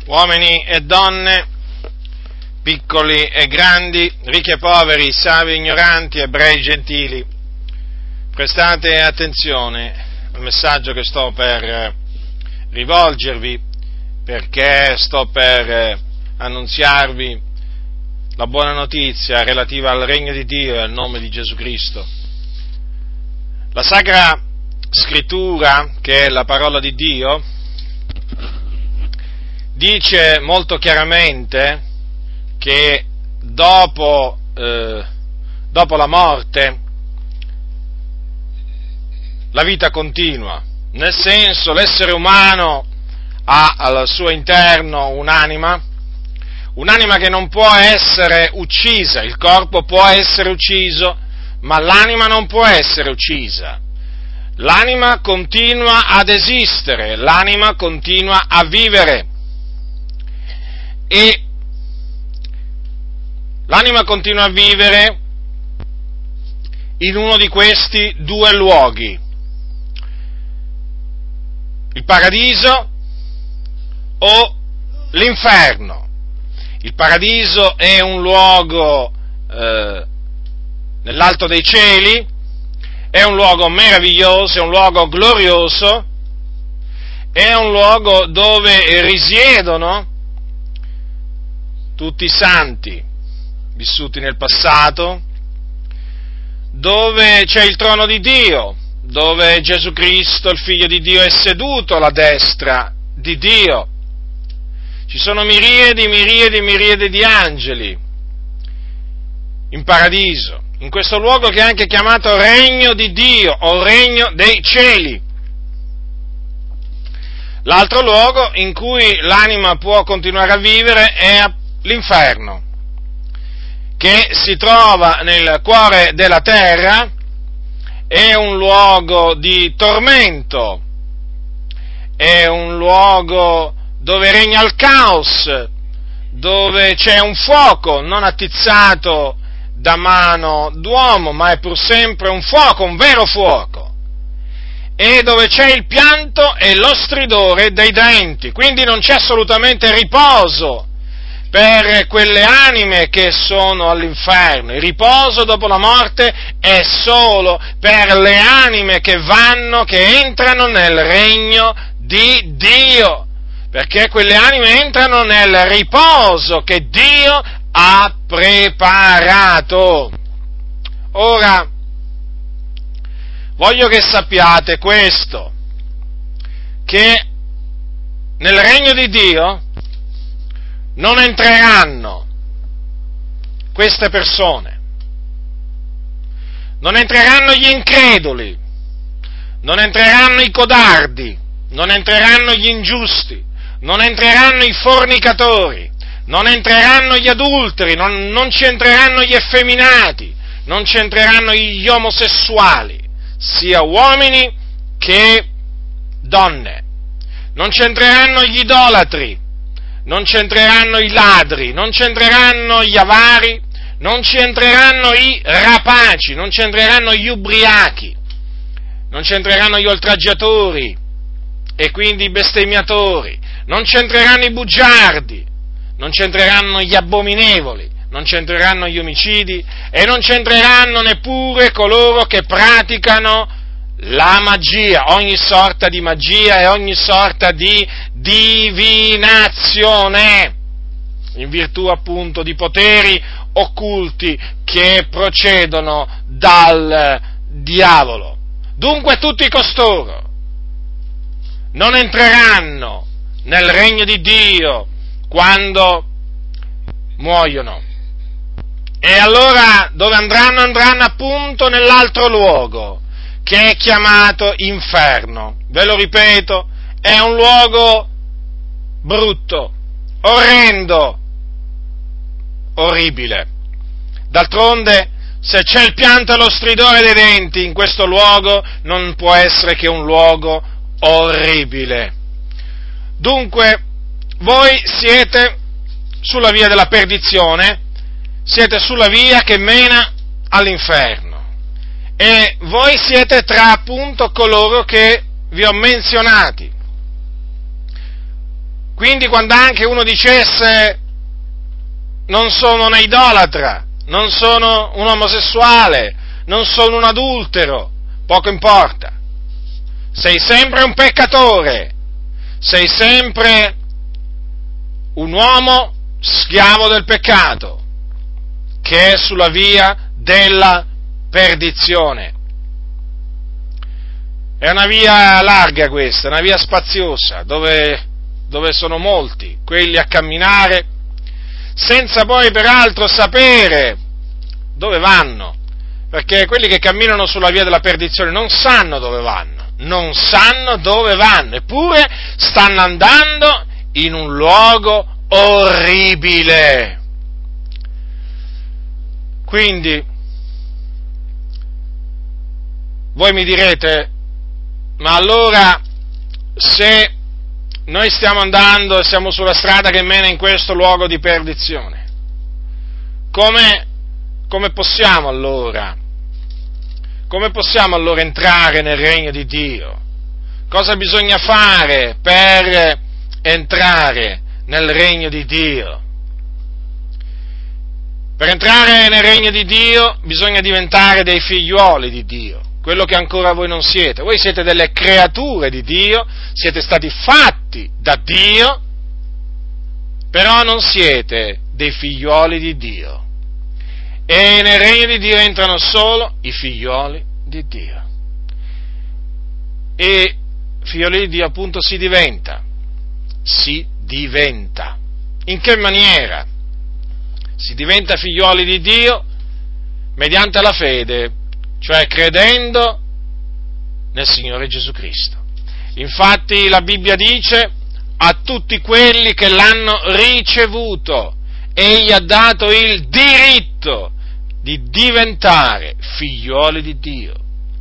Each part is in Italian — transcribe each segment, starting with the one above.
uomini e donne, piccoli e grandi, ricchi e poveri, savi e ignoranti, ebrei e gentili, prestate attenzione al messaggio che sto per rivolgervi, perché sto per annunziarvi la buona notizia relativa al regno di Dio e al nome di Gesù Cristo. La Sacra Scrittura, che è la parola di Dio, dice molto chiaramente che dopo la morte la vita continua, nel senso l'essere umano ha al suo interno un'anima che non può essere uccisa, il corpo può essere ucciso, ma l'anima non può essere uccisa. L'anima continua ad esistere, l'anima continua a vivere e l'anima continua a vivere in uno di questi due luoghi, il paradiso o l'inferno. Il paradiso è un luogo nell'alto dei cieli, è un luogo meraviglioso, è un luogo glorioso, è un luogo dove risiedono tutti i santi vissuti nel passato, dove c'è il trono di Dio, dove Gesù Cristo, il Figlio di Dio, è seduto alla destra di Dio. Ci sono miriadi di angeli in paradiso, in questo luogo che è anche chiamato Regno di Dio o Regno dei Cieli. L'altro luogo in cui l'anima può continuare a vivere è l'inferno, che si trova nel cuore della terra, è un luogo di tormento, è un luogo dove regna il caos, dove c'è un fuoco non attizzato da mano d'uomo, ma è pur sempre un fuoco, un vero fuoco, e dove c'è il pianto e lo stridore dei denti, quindi non c'è assolutamente riposo per quelle anime che sono all'inferno. Il riposo dopo la morte è solo per le anime che entrano nel regno di Dio, perché quelle anime entrano nel riposo che Dio ha preparato. Ora, voglio che sappiate questo, che nel regno di Dio non entreranno queste persone, non entreranno gli increduli, non entreranno i codardi, non entreranno gli ingiusti, non entreranno i fornicatori, non entreranno gli adulteri, non ci entreranno gli effeminati, non ci entreranno gli omosessuali, sia uomini che donne, non ci entreranno gli idolatri, non ci entreranno i ladri, non ci entreranno gli avari, non ci entreranno i rapaci, non ci entreranno gli ubriachi, non ci entreranno gli oltraggiatori e quindi i bestemmiatori, non ci entreranno i bugiardi, non ci entreranno gli abominevoli, non ci entreranno gli omicidi e non ci entreranno neppure coloro che praticano la magia, ogni sorta di magia e ogni sorta di divinazione, in virtù appunto di poteri occulti che procedono dal diavolo. Dunque tutti costoro non entreranno nel regno di Dio quando muoiono. E allora dove andranno? Andranno appunto nell'altro luogo, che è chiamato inferno. Ve lo ripeto, è un luogo brutto, orrendo, orribile. D'altronde, se c'è il pianto e lo stridore dei denti in questo luogo, non può essere che un luogo orribile. Dunque, voi siete sulla via della perdizione, siete sulla via che mena all'inferno. E voi siete tra appunto coloro che vi ho menzionati. Quindi quando anche uno dicesse non sono un idolatra, non sono un omosessuale, non sono un adultero, poco importa. Sei sempre un peccatore, sei sempre un uomo schiavo del peccato, che è sulla via della perdizione. È una via larga questa, una via spaziosa, dove sono molti quelli a camminare, senza poi peraltro sapere dove vanno, perché quelli che camminano sulla via della perdizione non sanno dove vanno, eppure stanno andando in un luogo orribile. Quindi, voi mi direte, ma allora se noi siamo sulla strada che mena in questo luogo di perdizione, come possiamo allora entrare nel regno di Dio? Cosa bisogna fare per entrare nel regno di Dio? Per entrare nel regno di Dio bisogna diventare dei figliuoli di Dio, quello che ancora voi non siete. Voi siete delle creature di Dio, siete stati fatti da Dio, però non siete dei figliuoli di Dio. E nel regno di Dio entrano solo i figlioli di Dio. E figlioli di Dio appunto si diventa. In che maniera? Si diventa figlioli di Dio mediante la fede, cioè credendo nel Signore Gesù Cristo. Infatti la Bibbia dice: a tutti quelli che l'hanno ricevuto, egli ha dato il diritto di diventare figlioli di Dio.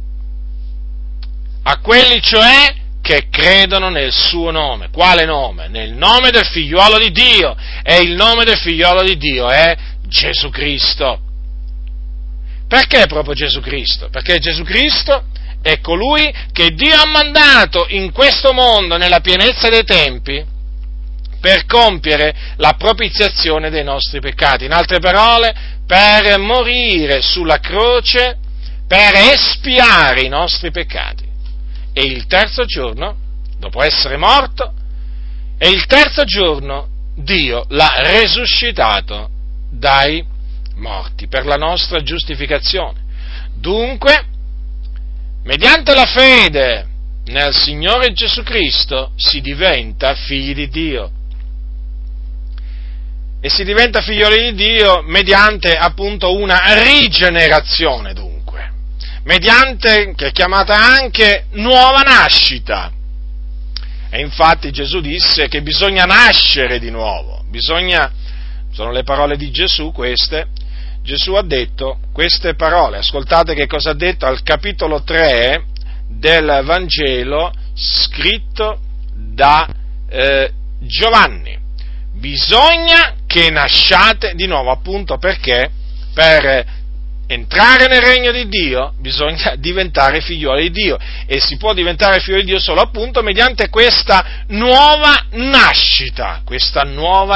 A quelli cioè che credono nel suo nome. Quale nome? Nel nome del figliuolo di Dio. E il nome del figliuolo di Dio è Gesù Cristo. Perché proprio Gesù Cristo? Perché Gesù Cristo è colui che Dio ha mandato in questo mondo nella pienezza dei tempi per compiere la propiziazione dei nostri peccati. In altre parole, per morire sulla croce, per espiare i nostri peccati. E il terzo giorno, dopo essere morto, Dio l'ha resuscitato dai morti per la nostra giustificazione. Dunque, mediante la fede nel Signore Gesù Cristo si diventa figli di Dio. E si diventa figlioli di Dio mediante appunto una rigenerazione, dunque, mediante, che è chiamata anche nuova nascita. E infatti Gesù disse che bisogna nascere di nuovo, sono le parole di Gesù queste. Gesù ha detto queste parole, ascoltate che cosa ha detto al capitolo 3 del Vangelo scritto da Giovanni. Bisogna che nasciate di nuovo, appunto perché per entrare nel regno di Dio bisogna diventare figlioli di Dio, e si può diventare figlioli di Dio solo appunto mediante questa nuova nascita, questa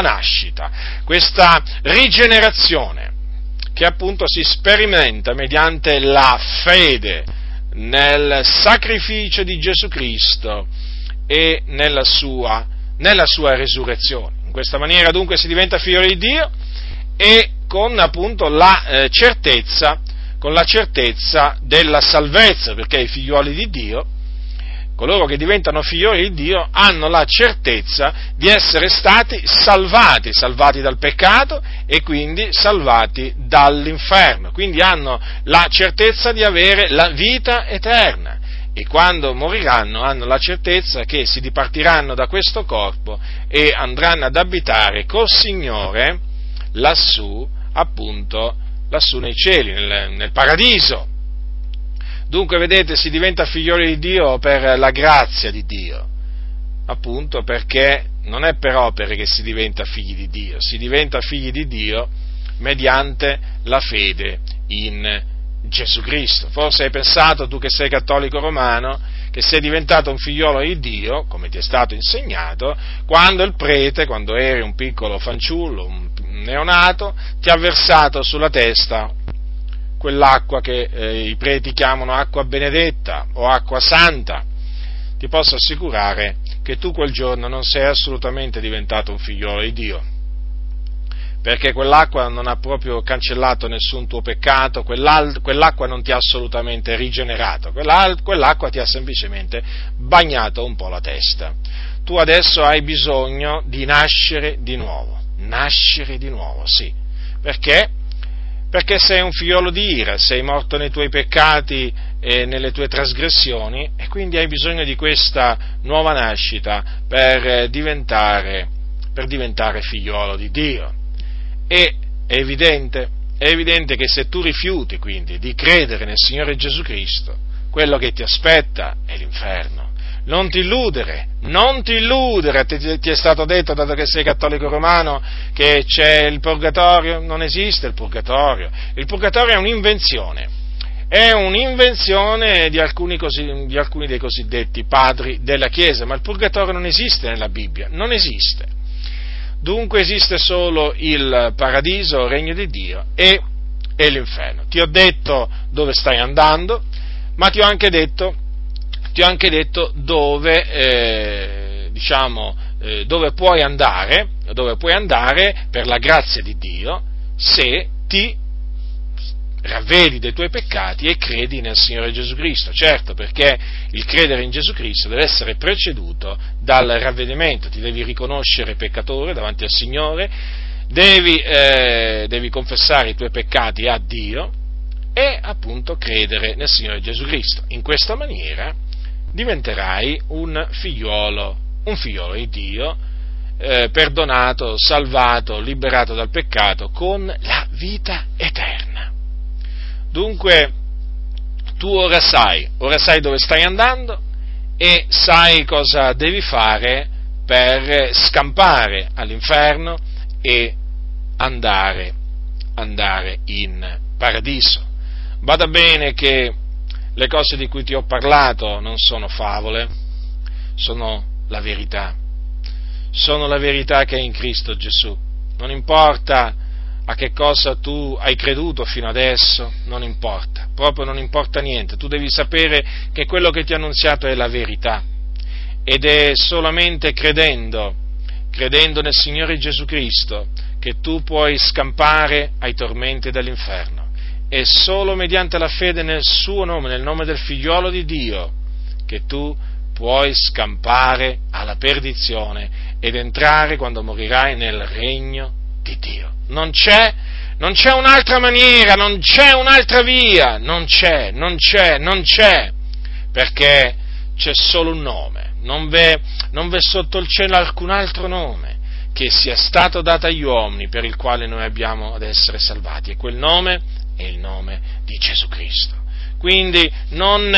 rigenerazione, che appunto si sperimenta mediante la fede nel sacrificio di Gesù Cristo e nella sua resurrezione. In questa maniera dunque si diventa figlioli di Dio, e con appunto la certezza della salvezza, perché i figlioli di Dio, coloro che diventano figlioli di Dio, hanno la certezza di essere stati salvati dal peccato e quindi salvati dall'inferno, quindi hanno la certezza di avere la vita eterna, e quando moriranno hanno la certezza che si dipartiranno da questo corpo e andranno ad abitare col Signore lassù nei cieli, nel paradiso. Dunque, vedete, si diventa figlioli di Dio per la grazia di Dio, appunto perché non è per opere che si diventa figli di Dio, si diventa figli di Dio mediante la fede in Gesù Cristo. Forse hai pensato, tu che sei cattolico romano, che sei diventato un figliolo di Dio, come ti è stato insegnato, quando il prete, quando eri un piccolo fanciullo, un neonato, ti ha versato sulla testa quell'acqua che i preti chiamano acqua benedetta o acqua santa. Ti posso assicurare che tu quel giorno non sei assolutamente diventato un figliolo di Dio, perché quell'acqua non ha proprio cancellato nessun tuo peccato, quell'acqua non ti ha assolutamente rigenerato, quell'acqua ti ha semplicemente bagnato un po' la testa. Tu adesso hai bisogno di nascere di nuovo, sì, perché? Perché sei un figliolo di ira, sei morto nei tuoi peccati e nelle tue trasgressioni, e quindi hai bisogno di questa nuova nascita per diventare figliolo di Dio. E è evidente che se tu rifiuti quindi di credere nel Signore Gesù Cristo, quello che ti aspetta è l'inferno. Non ti illudere, ti è stato detto, dato che sei cattolico romano, che c'è il purgatorio. Non esiste il purgatorio è un'invenzione di alcuni dei cosiddetti padri della Chiesa, ma il purgatorio non esiste nella Bibbia, non esiste. Dunque esiste solo il paradiso, il regno di Dio, e l'inferno. Ti ho detto dove stai andando, ma ti ho anche detto dove, dove puoi andare per la grazia di Dio, se ti ravvedi dei tuoi peccati e credi nel Signore Gesù Cristo. Certo, perché il credere in Gesù Cristo deve essere preceduto dal ravvedimento, ti devi riconoscere peccatore davanti al Signore, devi confessare i tuoi peccati a Dio e appunto credere nel Signore Gesù Cristo. In questa maniera diventerai un figliolo di Dio, perdonato, salvato, liberato dal peccato, con la vita eterna. Dunque, tu ora sai dove stai andando e sai cosa devi fare per scampare all'inferno e andare in paradiso. Bada bene che le cose di cui ti ho parlato non sono favole, sono la verità che è in Cristo Gesù. Non importa a che cosa tu hai creduto fino adesso, non importa, proprio non importa niente. Tu devi sapere che quello che ti ho annunziato è la verità, ed è solamente credendo nel Signore Gesù Cristo che tu puoi scampare ai tormenti dell'inferno. È solo mediante la fede nel suo nome, nel nome del Figliolo di Dio, che tu puoi scampare alla perdizione ed entrare, quando morirai, nel regno di Dio. Non c'è un'altra maniera, non c'è un'altra via, non c'è, perché c'è solo un nome, non v'è sotto il cielo alcun altro nome che sia stato dato agli uomini per il quale noi abbiamo ad essere salvati, e quel nome è il nome di Gesù Cristo. Quindi non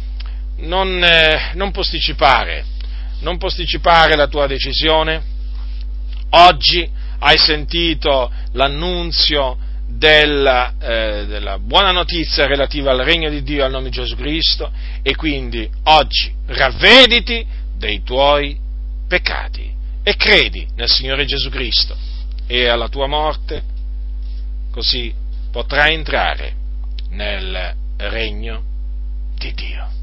posticipare la tua decisione. Oggi hai sentito l'annunzio della buona notizia relativa al regno di Dio, al nome di Gesù Cristo, e quindi oggi ravvediti dei tuoi peccati e credi nel Signore Gesù Cristo, e alla tua morte così potrai entrare nel regno di Dio.